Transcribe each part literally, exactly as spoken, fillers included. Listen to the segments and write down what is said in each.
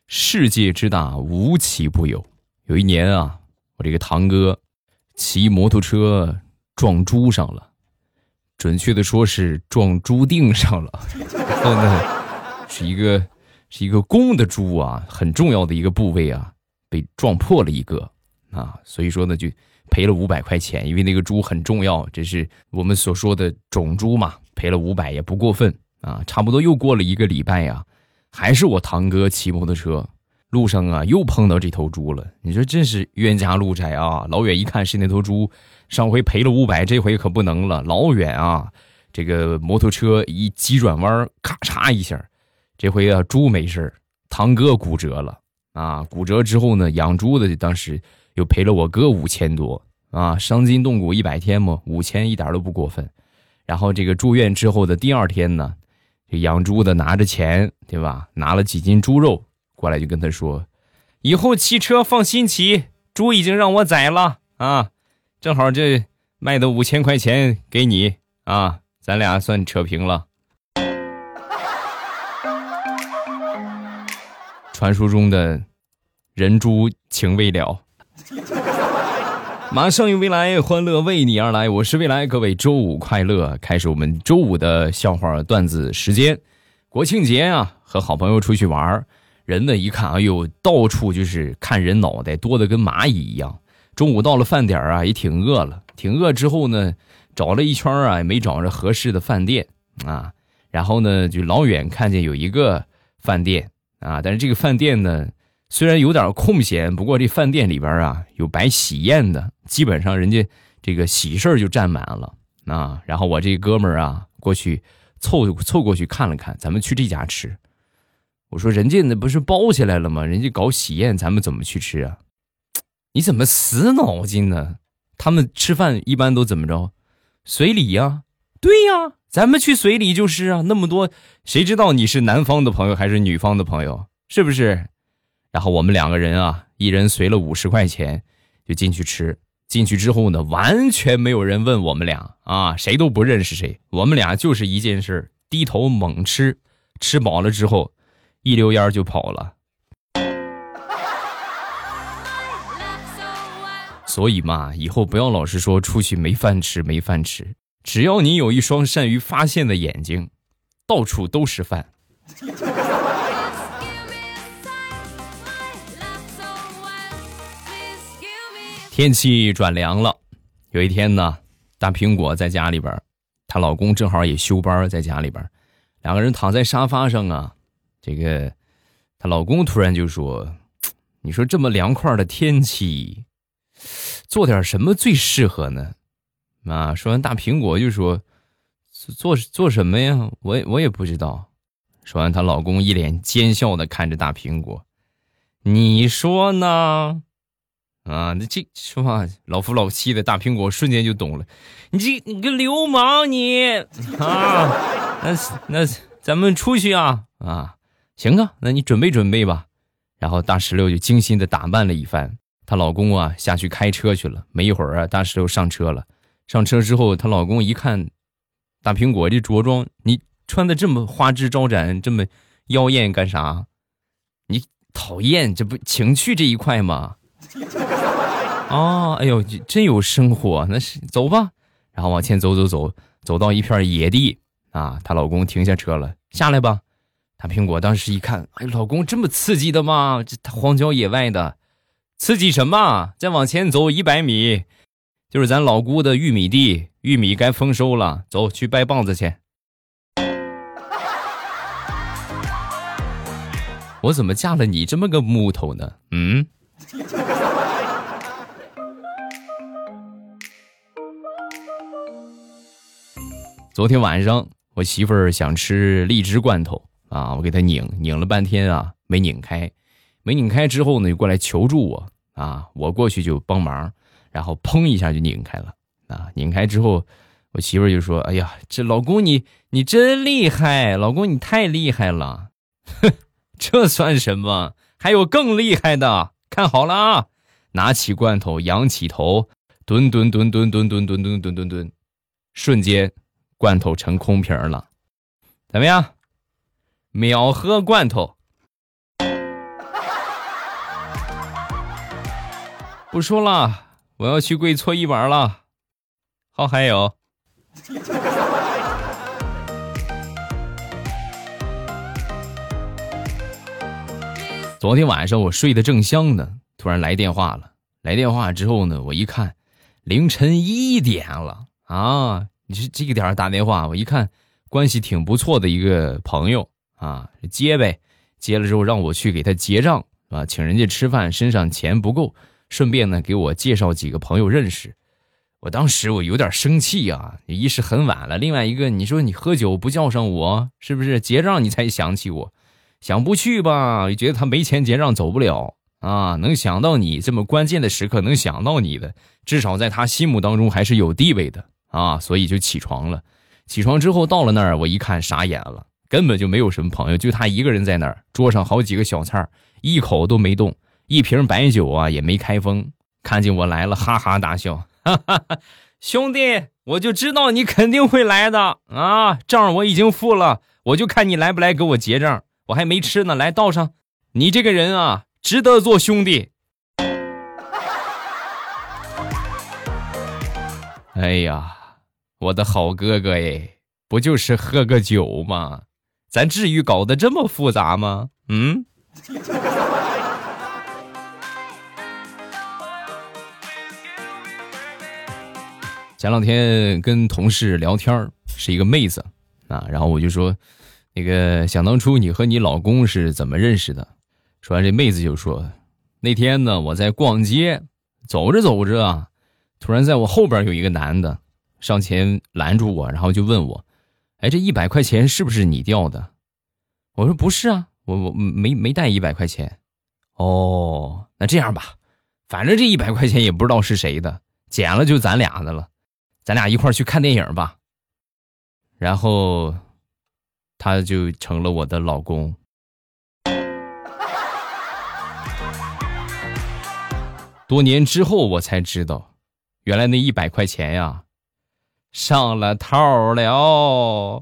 世界之大，无奇不有。有一年啊，我这个堂哥骑摩托车撞猪上了，准确的说是撞猪腚上了。然后呢，是一个是一个公的猪啊，很重要的一个部位啊，被撞破了一个啊，所以说呢就赔了五百块钱，因为那个猪很重要，这是我们所说的种猪嘛，赔了五百也不过分啊。差不多又过了一个礼拜呀、啊，还是我堂哥骑摩托车，路上啊又碰到这头猪了。你说真是冤家路窄啊！老远一看是那头猪，上回赔了五百，这回可不能了。老远啊，这个摩托车一急转弯，咔嚓一下，这回啊猪没事，堂哥骨折了啊！骨折之后呢，养猪的当时又赔了我哥五千多啊，伤筋动骨一百天嘛，五千一点都不过分。然后这个住院之后的第二天呢，这养猪的拿着钱，对吧？拿了几斤猪肉过来，就跟他说：“以后骑车放心骑，猪已经让我宰了啊，正好这卖的五千块钱给你啊，咱俩算扯平了。”传说中的人猪情未了。马上有未来，欢乐为你而来，我是未来，各位周五快乐！开始我们周五的笑话段子时间。国庆节啊，和好朋友出去玩，人呢一看，哎呦，到处就是看人脑袋，多得跟蚂蚁一样。中午到了饭点啊，也挺饿了，挺饿之后呢，找了一圈啊，也没找着合适的饭店啊。然后呢，就老远看见有一个饭店啊，但是这个饭店呢，虽然有点空闲，不过这饭店里边啊有摆喜宴的，基本上人家这个喜事就占满了啊。然后我这哥们儿啊过去凑凑过去看了看，咱们去这家吃。我说人家那不是包起来了吗？人家搞喜宴，咱们怎么去吃啊？你怎么死脑筋呢？他们吃饭一般都怎么着？随礼呀？对呀，咱们去随礼就是啊。那么多，谁知道你是男方的朋友还是女方的朋友？是不是？然后我们两个人啊，一人随了五十块钱，就进去吃。进去之后呢，完全没有人问我们俩啊，谁都不认识谁。我们俩就是一件事，低头猛吃，吃饱了之后，一溜烟就跑了。所以嘛，以后不要老是说出去没饭吃，没饭吃。只要你有一双善于发现的眼睛，到处都是饭。天气转凉了，有一天呢，大苹果在家里边，她老公正好也休班在家里边，两个人躺在沙发上啊，这个她老公突然就说：“你说这么凉快的天气，做点什么最适合呢？”啊，说完大苹果就说：“做做什么呀？我也我也不知道。”说完，她老公一脸奸笑的看着大苹果：“你说呢？”啊，那这说话老夫老妻的大苹果瞬间就懂了，你这你个流氓你啊！那那咱们出去啊啊，行啊，那你准备准备吧。然后大石榴就精心的打扮了一番，她老公啊下去开车去了。没一会儿啊，大石榴上车了。上车之后，她老公一看大苹果这着装，你穿的这么花枝招展，这么妖艳干啥？你讨厌，这不情趣这一块吗？哦，哎呦，真有生活，那是走吧。然后往前走走走，走到一片野地啊，她老公停下车了，下来吧。大苹果当时一看，哎，老公这么刺激的吗？这荒郊野外的，刺激什么？再往前走一百米，就是咱老姑的玉米地，玉米该丰收了，走去掰棒子去。我怎么嫁了你这么个木头呢？嗯。昨天晚上我媳妇儿想吃荔枝罐头啊，我给她拧拧了半天啊，没拧开，没拧开之后呢，就过来求助我啊，我过去就帮忙，然后砰一下就拧开了啊，拧开之后，我媳妇儿就说：“哎呀，这老公你你真厉害，老公你太厉害了。”哼，这算什么？还有更厉害的，看好了啊！拿起罐头，仰起头，蹲蹲蹲蹲蹲蹲蹲蹲蹲蹲蹲，瞬间。罐头成空瓶了，怎么样？秒喝罐头。 不说了，我要去跪搓衣板了。好，还有。昨天晚上我睡得正香呢，突然来电话了。来电话之后呢，我一看，凌晨一点了啊！你是这个点儿打电话，我一看关系挺不错的一个朋友啊，接呗。接了之后让我去给他结账啊，请人家吃饭，身上钱不够，顺便呢给我介绍几个朋友认识。我当时我有点生气啊，一是很晚了，另外一个你说你喝酒不叫上我，是不是结账你才想起我？想不去吧，觉得他没钱结账走不了啊，能想到你这么关键的时刻能想到你的，至少在他心目当中还是有地位的啊，所以就起床了。起床之后到了那儿，我一看傻眼了，根本就没有什么朋友，就他一个人在那儿，桌上好几个小菜一口都没动，一瓶白酒啊也没开封，看见我来了哈哈大笑，哈哈哈，兄弟，我就知道你肯定会来的啊，账我已经付了，我就看你来不来给我结账，我还没吃呢，来倒上，你这个人啊值得做兄弟。哎呀，我的好哥哥哎，不就是喝个酒吗？咱至于搞得这么复杂吗？嗯。前两天跟同事聊天，是一个妹子啊，然后我就说，那个想当初你和你老公是怎么认识的？说完这妹子就说，那天呢我在逛街，走着走着啊，突然在我后边有一个男的上前拦住我，然后就问我，哎，这一百块钱是不是你掉的？我说不是啊，我我没没带一百块钱。哦，那这样吧，反正这一百块钱也不知道是谁的，捡了就咱俩的了，咱俩一块去看电影吧。然后他就成了我的老公。多年之后我才知道，原来那一百块钱呀上了套了。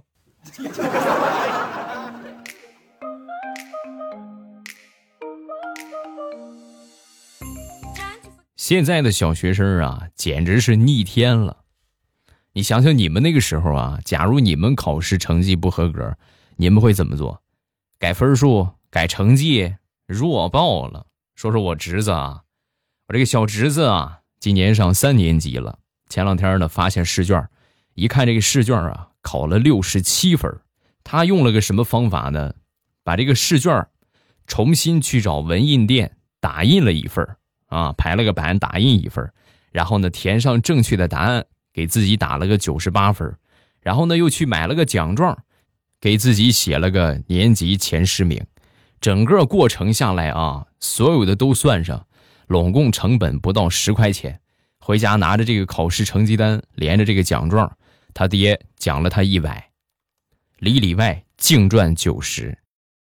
现在的小学生啊简直是逆天了。你想想你们那个时候啊，假如你们考试成绩不合格，你们会怎么做？改分数，改成绩，弱爆了。说说我侄子啊，我这个小侄子啊今年上三年级了，前两天呢发现试卷，一看这个试卷啊考了六十七分。他用了个什么方法呢？把这个试卷重新去找文印店打印了一份啊，排了个版打印一份，然后呢填上正确的答案，给自己打了个九十八分，然后呢又去买了个奖状，给自己写了个年级前十名。整个过程下来啊，所有的都算上，拢共成本不到十块钱。回家拿着这个考试成绩单，连着这个奖状，他爹奖了他一百，里里外净赚九十。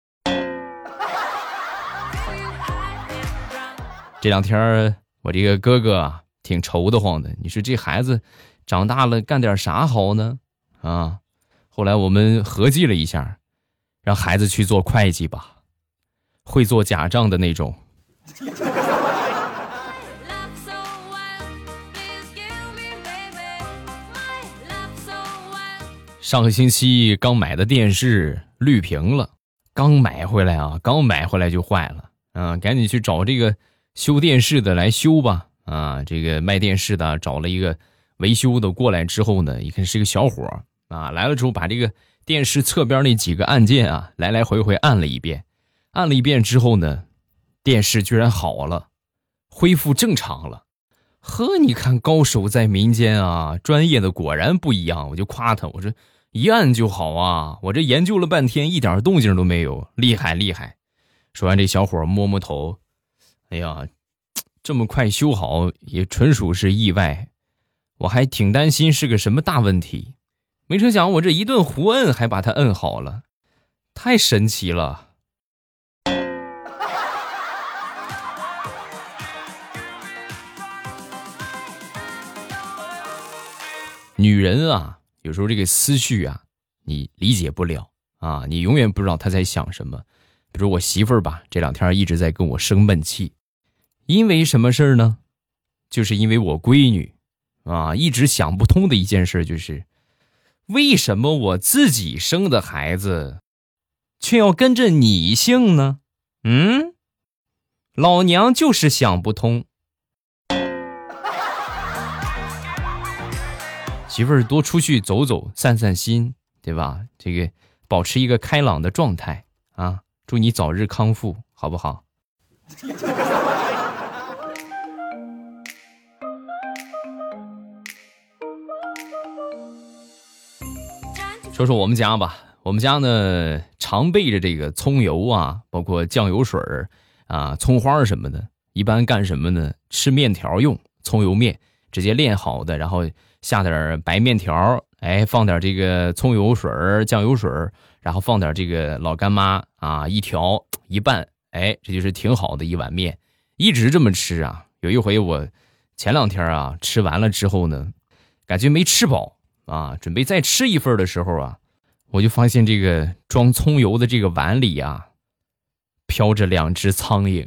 这两天我这个哥哥啊挺愁得慌的，你说这孩子长大了干点啥好呢？啊，后来我们合计了一下，让孩子去做会计吧，会做假账的那种。上个星期刚买的电视绿屏了，刚买回来啊，刚买回来就坏了，啊，赶紧去找这个修电视的来修吧。啊，这个卖电视的找了一个维修的过来之后呢，一看是个小伙啊，来了之后把这个电视侧边那几个按键啊来来回回按了一遍，按了一遍之后呢，电视居然好了，恢复正常了。呵，你看高手在民间啊，专业的果然不一样。我就夸他，我说一按就好啊，我这研究了半天一点动静都没有，厉害厉害。说完这小伙摸摸头，哎呀，这么快修好也纯属是意外，我还挺担心是个什么大问题，没成想我这一顿胡摁还把它摁好了，太神奇了。女人啊有时候这个思绪啊你理解不了啊，你永远不知道她在想什么。比如我媳妇儿吧，这两天一直在跟我生闷气，因为什么事儿呢？ 就是因为我闺女啊，一直想不通的一件事就是，为什么我自己生的孩子却要跟着你姓呢？嗯，老娘就是想不通。媳妇儿多出去走走散散心，对吧？这个保持一个开朗的状态啊，祝你早日康复，好不好？说说我们家吧，我们家呢常备着这个葱油啊，包括酱油水啊、葱花什么的。一般干什么呢？吃面条用，葱油面直接炼好的，然后下点白面条，哎，放点这个葱油水、酱油水，然后放点这个老干妈啊，一调一拌，哎，这就是挺好的一碗面。一直这么吃啊。有一回我前两天啊吃完了之后呢，感觉没吃饱啊，准备再吃一份的时候啊，我就发现这个装葱油的这个碗里啊，飘着两只苍蝇。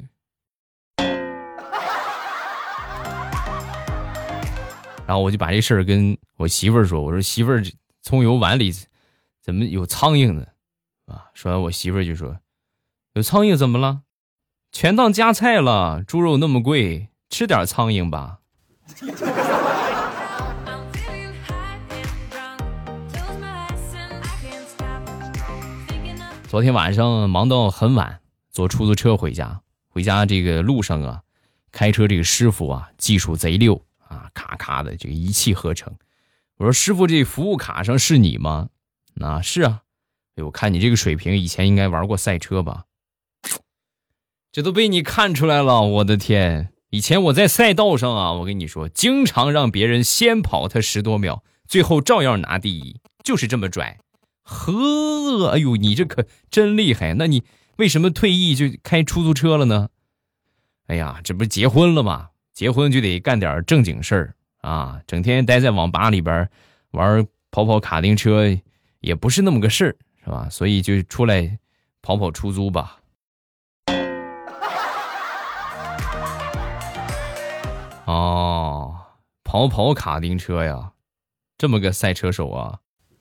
然后我就把这事儿跟我媳妇儿说，我说媳妇儿，葱油碗里怎么有苍蝇呢？啊，说完我媳妇儿就说，有苍蝇怎么了？全当夹菜了，猪肉那么贵，吃点苍蝇吧。昨天晚上忙到很晚，坐出租车回家，回家这个路上啊，开车这个师傅啊，技术贼溜啊，咔咔的这个一气呵成。我说师傅，这服务卡上是你吗？啊，是啊。哎，我看你这个水平，以前应该玩过赛车吧？这都被你看出来了，我的天！以前我在赛道上啊，我跟你说，经常让别人先跑他十多秒，最后照样拿第一，就是这么拽。呵，哎呦，你这可真厉害！那你为什么退役就开出租车了呢？哎呀，这不是结婚了吗？结婚就得干点正经事儿啊，整天待在网吧里边玩跑跑卡丁车也不是那么个事儿，是吧？所以就出来跑跑出租吧。哦，跑跑卡丁车呀，这么个赛车手啊。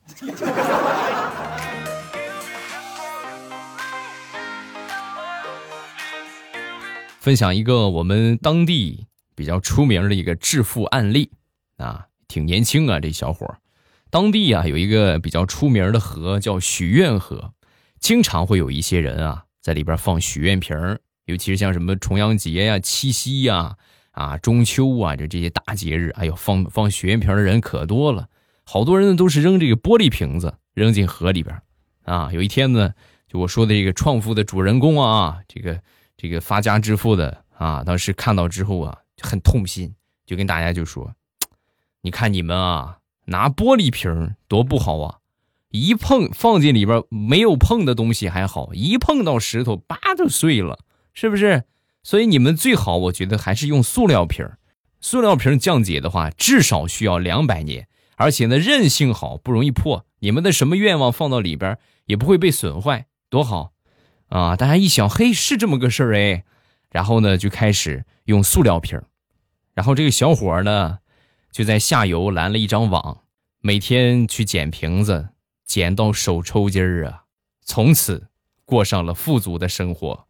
分享一个我们当地比较出名的一个致富案例啊，挺年轻啊，这小伙。当地啊有一个比较出名的河叫许愿河，经常会有一些人啊在里边放许愿瓶，尤其是像什么重阳节呀、七夕呀、啊中秋啊，就这些大节日，哎呦，放放许愿瓶的人可多了。好多人都是扔这个玻璃瓶子扔进河里边啊。有一天呢，就我说的这个创富的主人公啊，这个这个发家致富的啊，当时看到之后啊就很痛心，就跟大家就说，你看你们啊拿玻璃瓶多不好啊，一碰放进里边没有碰的东西还好，一碰到石头叭就碎了，是不是？所以你们最好我觉得还是用塑料瓶，塑料瓶降解的话至少需要两百年，而且呢韧性好，不容易破，你们的什么愿望放到里边也不会被损坏，多好啊！大家一想，嘿，是这么个事儿哎，然后呢就开始用塑料瓶，然后这个小伙呢就在下游拦了一张网，每天去捡瓶子，捡到手抽筋儿啊，从此过上了富足的生活。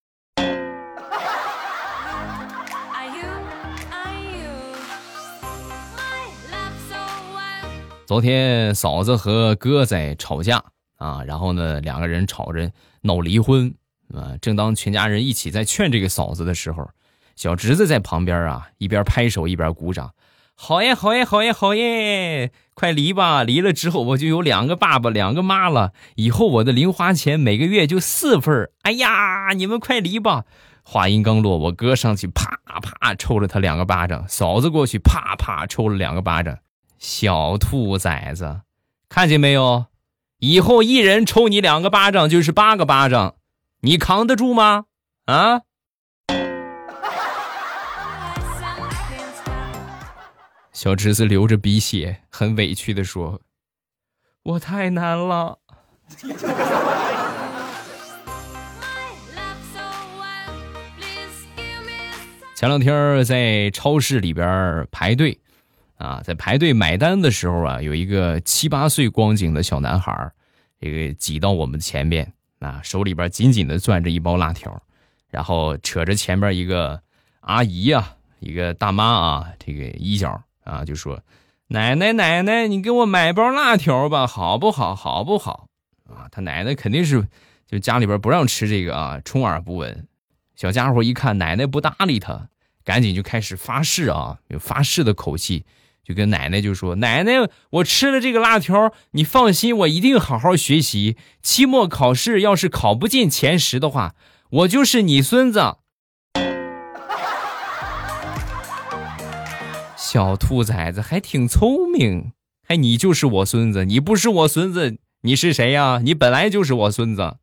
昨天嫂子和哥在吵架啊，然后呢两个人吵着闹离婚啊。正当全家人一起在劝这个嫂子的时候，小侄子在旁边啊一边拍手一边鼓掌，好耶好耶好耶好耶，快离吧，离了之后我就有两个爸爸两个妈了，以后我的零花钱每个月就四份，哎呀你们快离吧。话音刚落，我哥上去啪啪抽了他两个巴掌，嫂子过去啪啪抽了两个巴掌。小兔崽子，看见没有？以后一人抽你两个巴掌就是八个巴掌，你扛得住吗？啊？小侄子流着鼻血，很委屈地说：“我太难了。” 前两天在超市里边排队啊，在排队买单的时候啊，有一个七八岁光景的小男孩，这个挤到我们前边啊，手里边紧紧的攥着一包辣条，然后扯着前边一个阿姨啊，一个大妈啊，这个衣角啊，就说：“奶奶奶奶，你给我买包辣条吧，好不好？好不好？”啊，他奶奶肯定是就家里边不让吃这个啊，充耳不闻。小家伙一看奶奶不搭理他，赶紧就开始发誓啊，有发誓的口气，就跟奶奶就说：“奶奶，我吃了这个辣条，你放心，我一定好好学习。期末考试要是考不进前十的话，我就是你孙子。”小兔崽子还挺聪明，还你就是我孙子，你不是我孙子，你是谁呀？你本来就是我孙子。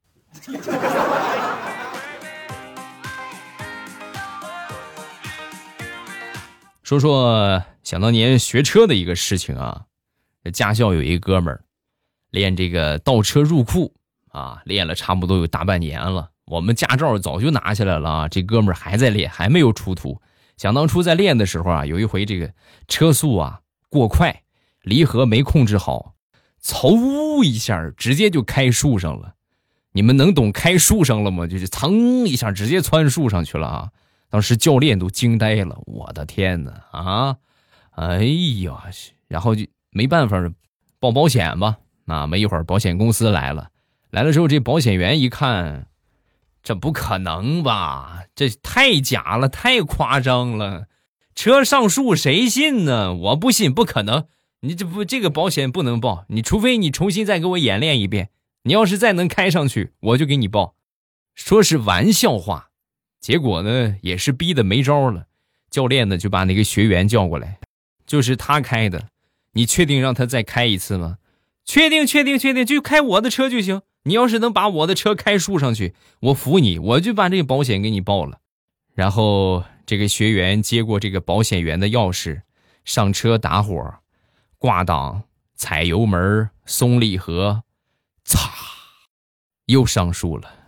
说说想当年学车的一个事情啊，驾校有一哥们儿练这个倒车入库啊，练了差不多有大半年了。我们驾照早就拿下来了啊，这哥们儿还在练，还没有出图。想当初在练的时候啊，有一回这个车速啊过快，离合没控制好，嗖一下直接就开树上了。你们能懂开树上了吗？就是噌一下直接窜树上去了啊！当时教练都惊呆了，我的天哪啊！哎呀，然后就没办法报保险吧。啊，没一会儿保险公司来了，来了之后这保险员一看，这不可能吧？这太假了，太夸张了！车上树谁信呢？我不信，不可能！你这不这个保险不能报，你除非你重新再给我演练一遍。你要是再能开上去，我就给你报。说是玩笑话。结果呢，也是逼得没招了。教练呢就把那个学员叫过来，就是他开的，你确定让他再开一次吗？确定，确定，确定，就开我的车就行。你要是能把我的车开树上去，我服你，我就把这个保险给你报了。然后这个学员接过这个保险员的钥匙，上车打火，挂档，踩油门，松离合，擦，又上树了。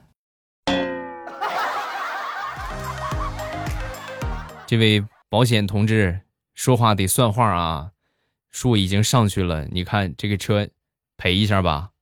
这位保险同志说话得算话啊，树已经上去了，你看这个车赔一下吧。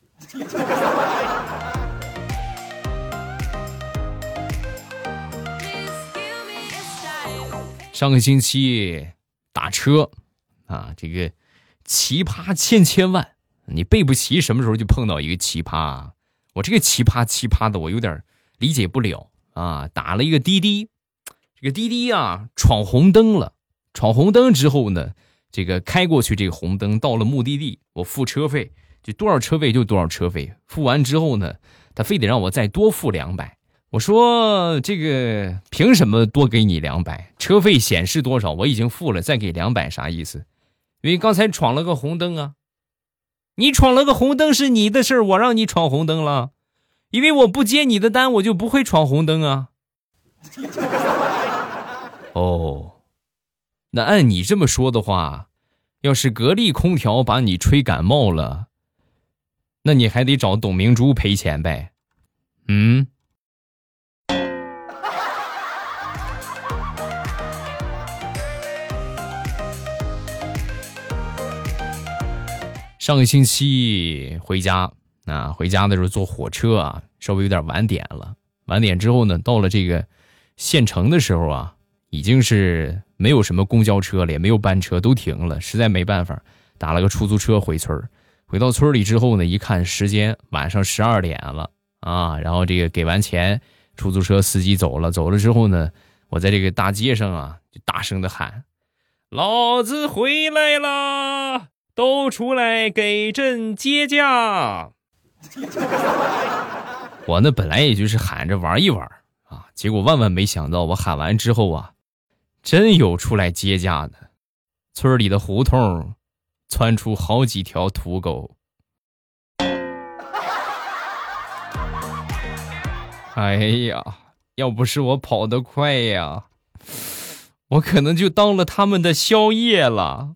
上个星期打车啊，这个奇葩千千万，你背不齐什么时候就碰到一个奇葩啊。我这个奇葩奇葩的我有点理解不了啊，打了一个滴滴。这个滴滴啊闯红灯了，闯红灯之后呢，这个开过去这个红灯，到了目的地，我付车费，就多少车费就多少车费，付完之后呢，他非得让我再多付两百。我说这个凭什么多给你两百？车费显示多少，我已经付了，再给两百啥意思？因为刚才闯了个红灯啊。你闯了个红灯是你的事儿，我让你闯红灯了，因为我不接你的单，我就不会闯红灯啊。哦，那按你这么说的话，要是格力空调把你吹感冒了，那你还得找董明珠赔钱呗？嗯。上个星期回家啊，回家的时候坐火车啊，稍微有点晚点了。晚点之后呢，到了这个县城的时候啊，已经是没有什么公交车了，也没有班车，都停了，实在没办法，打了个出租车回村。回到村里之后呢，一看时间晚上十二点了啊，然后这个给完钱，出租车司机走了，走了之后呢，我在这个大街上啊，就大声的喊：“老子回来了！都出来给朕接驾！”我呢本来也就是喊着玩一玩啊，结果万万没想到，我喊完之后啊，真有出来接驾的。村里的胡同窜出好几条土狗。哎呀，要不是我跑得快呀，我可能就当了他们的宵夜了。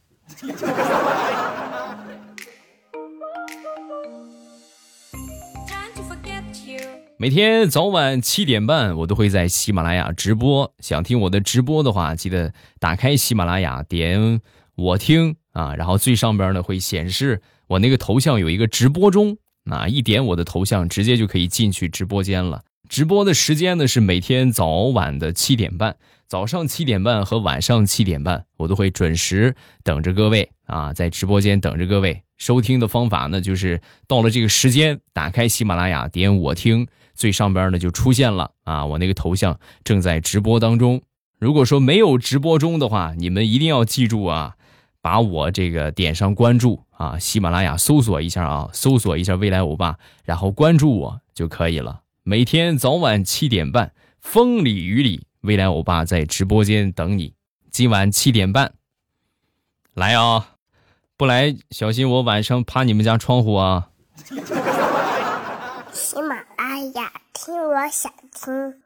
Trying to forget you. 每天早晚七点半，我都会在喜马拉雅直播。想听我的直播的话，记得打开喜马拉雅，点我听啊，然后最上边呢会显示我那个头像有一个直播中，啊，一点我的头像，直接就可以进去直播间了。直播的时间呢是每天早晚的七点半，早上七点半和晚上七点半，我都会准时等着各位啊，在直播间等着各位。收听的方法呢，就是到了这个时间，打开喜马拉雅，点我听。最上边呢就出现了啊，我那个头像正在直播当中。如果说没有直播中的话，你们一定要记住啊，把我这个点上关注啊，喜马拉雅搜索一下啊，搜索一下未来欧巴，然后关注我就可以了。每天早晚七点半，风里雨里，未来欧巴在直播间等你。今晚七点半来啊，不来小心我晚上趴你们家窗户啊。 喜马拉雅，听我想听。